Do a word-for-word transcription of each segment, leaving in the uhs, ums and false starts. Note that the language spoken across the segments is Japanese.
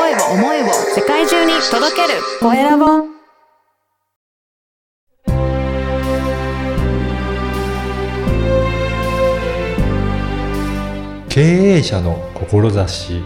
声を思いを世界中に届けるコエラボ。 経営者の志。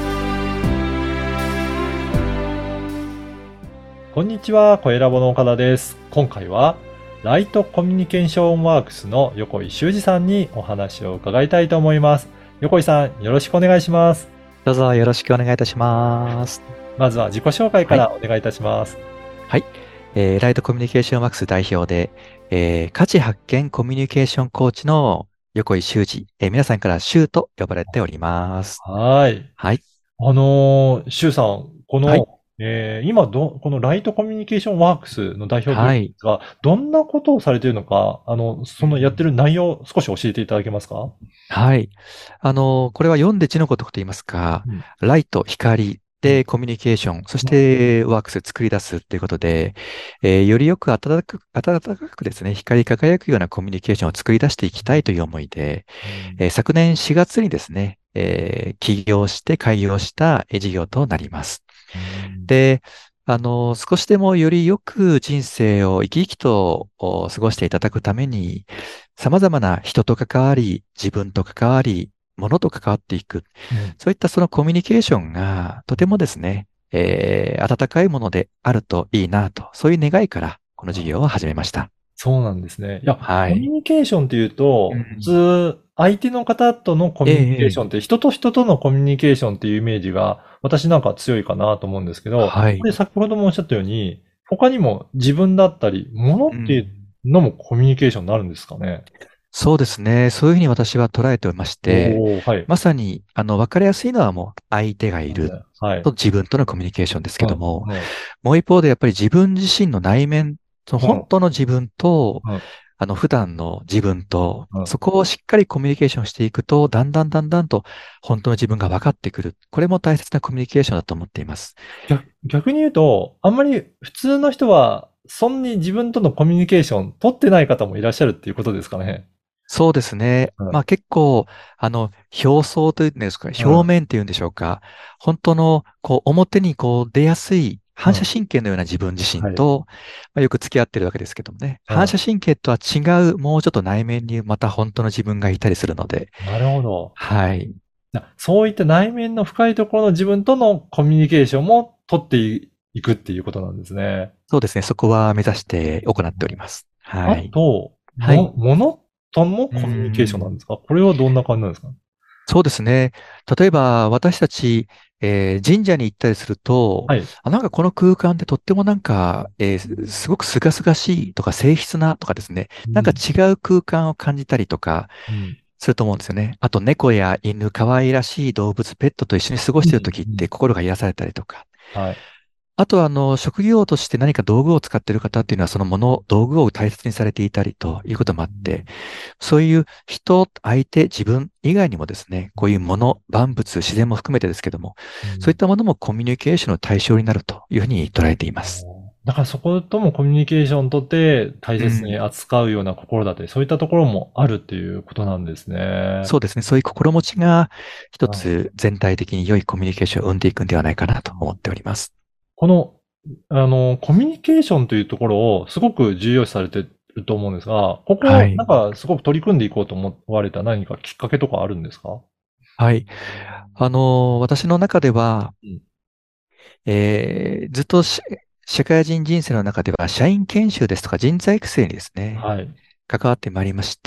こんにちは、コエラボの岡田です。今回はライトコミュニケーションワークスの横井修二さんにお話を伺いたいと思います。横井さん、よろしくお願いします。 どうぞよろしくお願いいたします。 まずは自己紹介からお願いいたします。 はい、はいえー、ライトコミュニケーションワークス代表で、えー、価値発見コミュニケーションコーチの横井修二、えー、皆さんから修と呼ばれております。 はい。 はい。 あのー、修さん、この、 はいえー、今ど、このライトコミュニケーションワークスの代表ですが、はい、どんなことをされているのか、あの、そのやってる内容、少し教えていただけますか？ はい。あの、これは読んで字のごとくと言いますか、うん、ライト、光でコミュニケーション、うん、そしてワークス作り出すということで、えー、よりよく暖かく、暖かくですね、光り輝くようなコミュニケーションを作り出していきたいという思いで、うんえー、昨年しがつにですね、えー、起業して開業した事業となります。うん、で、あの、少しでもよりよく人生を生き生きと過ごしていただくために、様々な人と関わり、自分と関わり、物と関わっていく。うん、そういったそのコミュニケーションがとてもですね、えー、温かいものであるといいなと、そういう願いからこの事業を始めました。 そうなんですね。いや、 はい、 コミュニケーションっていうと、うん、普通、相手の方とのコミュニケーションって、えー、人と人とのコミュニケーションっていうイメージが、私なんか強いかなと思うんですけど、はい、これ先ほどもおっしゃったように、他にも自分だったり、物っていうのもコミュニケーションになるんですかね？うん、 そうですね。そういうふうに私は捉えておりまして、はい、まさに、あの、わかりやすいのはもう相手がいると自分とのコミュニケーションですけども、はいはい、もう一方でやっぱり自分自身の内面、その本当の自分と、はい、あの、普段の自分と、そこをしっかりコミュニケーションしていくと、だんだんだんだんと本当の自分が分かってくる。これも大切なコミュニケーションだと思っています。 逆、逆に言うと、あんまり普通の人は、そんなに自分とのコミュニケーション取ってない方もいらっしゃるっていうことですかね？ そうですね。うん、まあ結構、あの、表層というんですか、表面っていうんでしょうか。うん、本当の、こう、表にこう出やすい反射神経のような自分自身と、うんはいまあ、よく付き合ってるわけですけどもね。うん、反射神経とは違う、もうちょっと内面にまた本当の自分がいたりするので。 なるほど。 はい。 そういった内面の深いところの自分とのコミュニケーションも取っていくっていうことなんですね。 そうですね。そこは目指して行っております。はい。 あと、はい、ものとのコミュニケーションなんですか？これはどんな感じなんですか？ そうですね。例えば、私たち、えー、神社に行ったりすると、はい、あなんかこの空間ってとってもなんか、えー、すごく清々しいとか静筆なとかですね、うん、なんか違う空間を感じたりとか、すると思うんですよね。あと猫や犬、可愛らしい動物、ペットと一緒に過ごしている時って心が癒されたりとか。はい、あとは、あの、職業として何か道具を使っている方っていうのは、そのもの、道具を大切にされていたりということもあって、そういう人、相手、自分以外にもですね、こういうもの、万物、自然も含めてですけども、そういったものもコミュニケーションの対象になるというふうに捉えています。 だからそこともコミュニケーションとって大切に扱うような心だったり、うん、そういったところもあるっていうことなんですね。 そうですね。そういう心持ちが一つ全体的に良いコミュニケーションを生んでいくんではないかなと思っております。 この、あの、コミュニケーションというところをすごく重要視されてると思うんですが、ここ、なんかすごく取り組んでいこうと思われた何かきっかけとかあるんですか？ はい。あの、私の中では、うんえー、ずっと社会人人生の中では、社員研修ですとか人材育成にですね、はい、関わってまいりまして、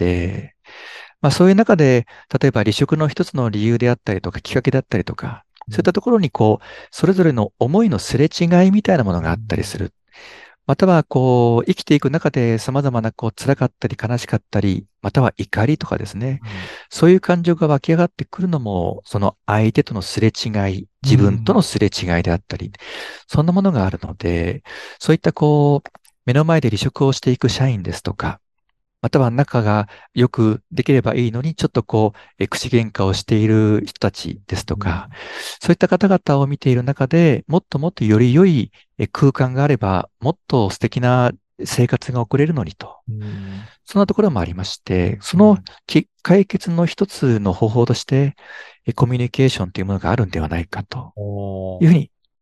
まあそういう中で、例えば離職の一つの理由であったりとか、きっかけだったりとか、そういったところにこう、それぞれの思いのすれ違いみたいなものがあったりする。または、こう、生きていく中で様々な、こう、辛かったり悲しかったり、または怒りとかですね。うん、そういう感情が湧き上がってくるのも、その相手とのすれ違い、自分とのすれ違いであったり、うん、そんなものがあるので、そういった、こう、目の前で離職をしていく社員ですとか、または仲がよくできればいいのに、ちょっとこう、え口喧嘩をしている人たちですとか、うん、そういった方々を見ている中でもっともっとより良い空間があれば、もっと素敵な生活が送れるのにと。うん、そんなところもありまして、その解決の一つの方法として、コミュニケーションというものがあるんではないかというふうに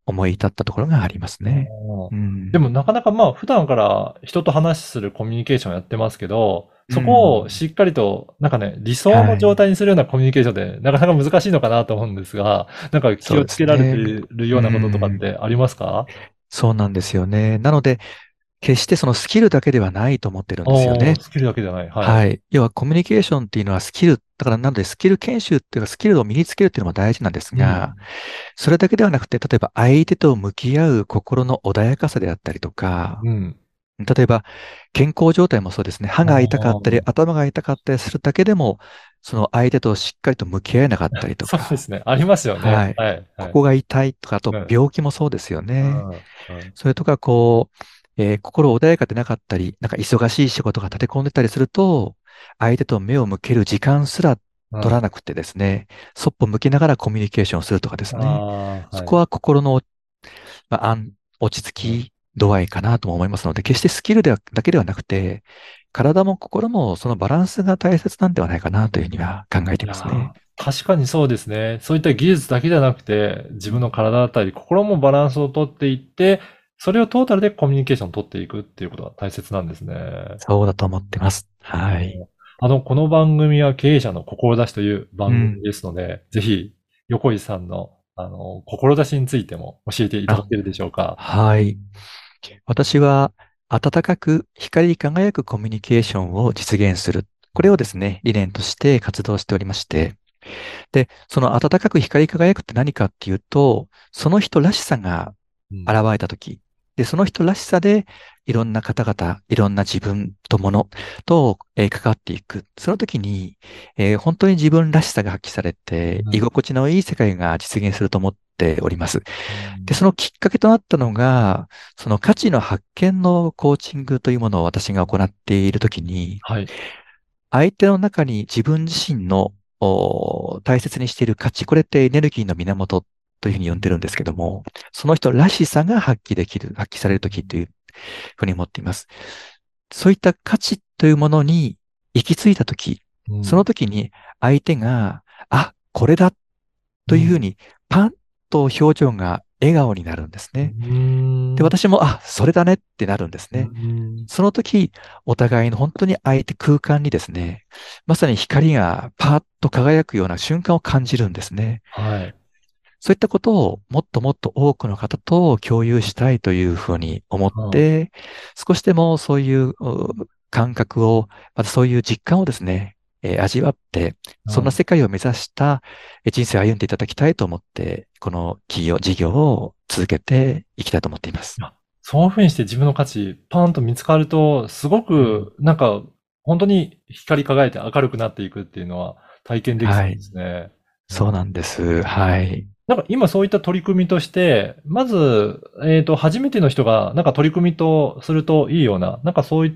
思い至ったところがありますね。 うん、でもなかなかまあ普段から人と話するコミュニケーションやってますけど、そこをしっかりと、なんかね、理想の状態にするようなコミュニケーションで、なかなか難しいのかなと思うんですが、なんか気をつけられているようなこととかってありますか？ そうなんですよね。なので、決してそのスキルだけではないと思ってるんですよね。 スキルだけじゃない。はい。 はい。要はコミュニケーションっていうのはスキル、だからなのでスキル研修っていうかスキルを身につけるっていうのも大事なんですが、うん、それだけではなくて、例えば相手と向き合う心の穏やかさであったりとか、うん、例えば健康状態もそうですね。歯が痛かったり、頭が痛かったりするだけでも、その相手としっかりと向き合えなかったりとか。 そうですね。ありますよね。 はい。はい、ここが痛いとか、あと病気もそうですよね。うんうん、それとか、こう、えー、心穏やかでなかったり、なんか忙しい仕事が立て込んでたりすると、相手と目を向ける時間すら取らなくてですね、うん、そっぽ向きながらコミュニケーションするとかですね。はい、そこは心の、まあ、落ち着き度合いかなとも思いますので、決してスキルではだけではなくて、体も心もそのバランスが大切なんではないかなというふうには考えていますね。 確かにそうですね。そういった技術だけじゃなくて、自分の体だったり、心もバランスをとっていって、それをトータルでコミュニケーションを取っていくっていうことが大切なんですね。 そうだと思ってます。はい。 あの、この番組は経営者の志という番組ですので、うん、ぜひ、横井さんの、あの、志についても教えていただけるでしょうか。 はい。私は、温かく光り輝くコミュニケーションを実現する。これをですね、理念として活動しておりまして、で、その温かく光り輝くって何かっていうと、その人らしさが現れたとき、うん、で、その人らしさでいろんな方々、いろんな自分とものと、えー、関わっていく。その時に、えー、本当に自分らしさが発揮されて、うん、居心地のいい世界が実現すると思っております。うん、で、そのきっかけとなったのが、その価値の発見のコーチングというものを私が行っているときに、はい、相手の中に自分自身の大切にしている価値、これってエネルギーの源というふうに呼んでるんですけども、その人らしさが発揮できる、発揮されるときというふうに思っています。そういった価値というものに行き着いたとき、うん、その時に相手が、あ、これだというふうにパンと表情が笑顔になるんですね。うん、で、私も、あ、それだねってなるんですね。うん、その時、お互いの本当に相手空間にですね、まさに光がパーッと輝くような瞬間を感じるんですね。はい。そういったことをもっともっと多くの方と共有したいというふうに思って、うん、少しでもそういう感覚を、またそういう実感をですね、えー、味わって、そんな世界を目指した人生を歩んでいただきたいと思って、この企業、事業を続けていきたいと思っています。 そういうふうにして自分の価値、パーンと見つかると、すごく、なんか、本当に光り輝いて明るくなっていくっていうのは体験できそうですね。はい、 そうなんです。はい。 なんか今そういった取り組みとして、まず、えっと、初めての人がなんか取り組みとするといいような、なんかそういった、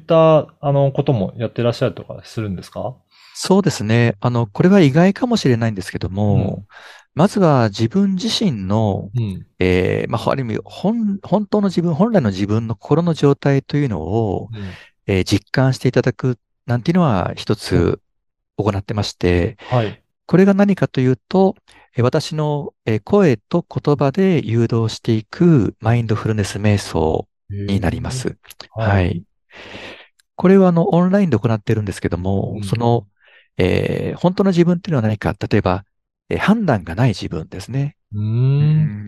あの、こともやってらっしゃるとかするんですか？ そうですね。あの、これは意外かもしれないんですけども、うん、まずは自分自身の、うん、えー、まあ、ある意味、本、本当の自分、本来の自分の心の状態というのを、うん、えー、実感していただくなんていうのは一つ行ってまして、はい、これが何かというと、私の声と言葉で誘導していくマインドフルネス瞑想になります。はい、はい。これはあのオンラインで行っているんですけども、うん、その、えー、本当の自分っていうのは何か、例えば、えー、判断がない自分ですね。うん、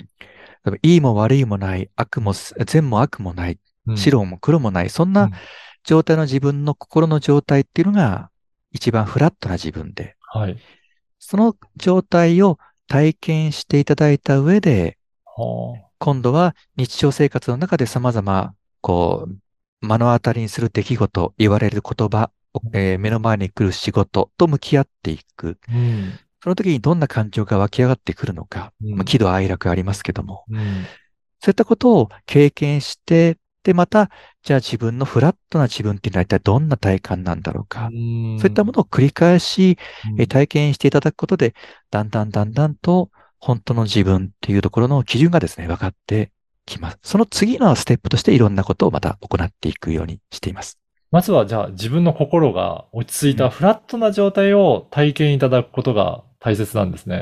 いいも悪いもない、悪も、善も悪もない、白も黒もない、そんな状態の自分の心の状態っていうのが一番フラットな自分で、はい、その状態を体験していただいた上で、はあ、今度は日常生活の中で様々、こう、目の当たりにする出来事、言われる言葉、えー、目の前に来る仕事と向き合っていく。うん、その時にどんな感情が湧き上がってくるのか、うん、まあ、喜怒哀楽ありますけども、うん、そういったことを経験して、で、また、じゃあ自分のフラットな自分っていうのは一体どんな体感なんだろうか。うそういったものを繰り返し、え体験していただくことで、だんだんだんだんと本当の自分っていうところの基準がですね、分かってきます。その次のステップとしていろんなことをまた行っていくようにしています。 まずはじゃあ自分の心が落ち着いたフラットな状態を体験いただくことが大切なんですね。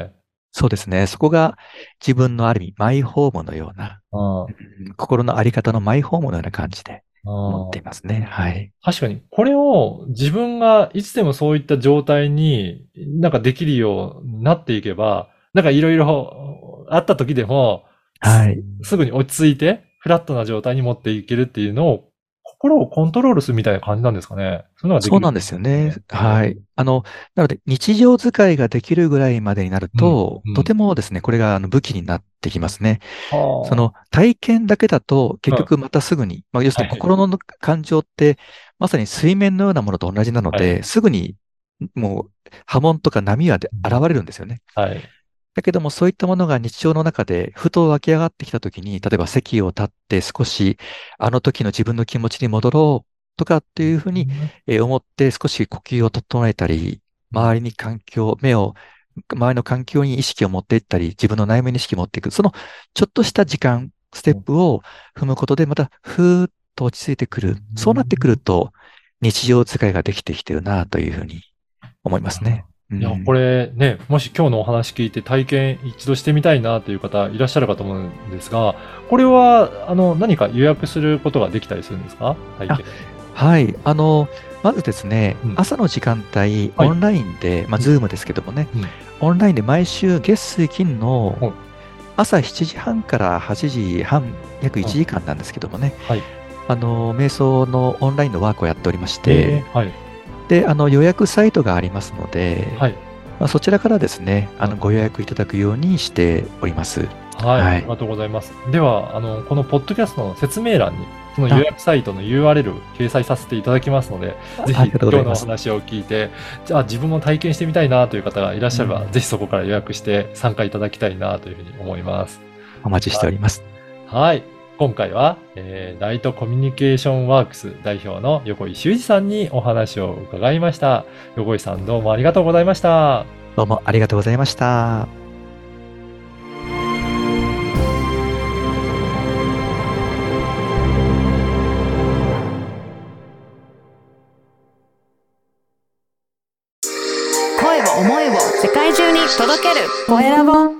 そうですね。そこが自分のある意味、マイホームのような、うん、心のあり方のマイホームのような感じで思っていますね。はい。 確かに、これを自分がいつでもそういった状態になんかできるようになっていけば、なんかいろいろあった時でも、 はい。 すぐに落ち着いて、フラットな状態に持っていけるっていうのを、心をコントロールするみたいな感じなんですかね。そういうのができる、 そうなんですよね。はい。あの、なので、日常使いができるぐらいまでになると、 うんうん、 とてもですね、これがあの武器になってきますね。そはの体験だけだと、結あ、うん、 局またすぐに、まあ、要するにはい、 心の感情って、まさに水面のようなものと同じなのはい、 で、すぐにもう波紋とか波はで現れるんですよね。 はい。 だけども、そういったものが日常の中でふと湧き上がってきたときに、例えば席を立って少しあの時の自分の気持ちに戻ろうとかっていうふうにえー思って少し呼吸を整えたり、周りに環境、目を、周りの環境に意識を持っていったり、自分の内面に意識を持っていく、そのちょっとした時間、ステップを踏むことで、またふーっと落ち着いてくる。そうなってくると、日常使いができてきてるなというふうに思いますね。ういや、 ん、 これね、もし今日のお話聞いて体験一度してみたいなという方いらっしゃるかと思うんですが、これは、あの、何か予約することができたりするんですか？体験。 はい。あの、まずですね、 うん。 朝の時間帯、 はい。 オンラインで、まあ、 うん。 ズームですけどもね、 うん。 オンラインで毎週月水金のはい。 朝しちじはんからはちじはん、約1 あ、 時間なんですけどもね、 はい。 あの、瞑想のオンラインのワークをやっておりましえて、 え、はい。 で、あの、予約サイトがありますので、 はい。 まあ、そちらからですね、あの、 うん。 ご予約いただくようにしております。 はい、あはい。 りがとうございます。では、あの、このポッドキャストの説明欄に、その予あ、 約サイトの ユーアールエル を掲載させていただきますので、ぜひありがとうござ今日のいます。 お話を聞いて、じゃあ自分も体験してみたいなという方がいらっしゃれば、 うん、 ぜひそこから予約して参加いただきたいなというふうに思います。 お待ちしてはい。 おります。 はい。今回は、えーライトコミュニケーションワークス代表の横井修二さんにお話を伺いました。横井さんどうもありがとうございました。 どうもありがとうございました。 声を思いを世界中に届けるコエラボ。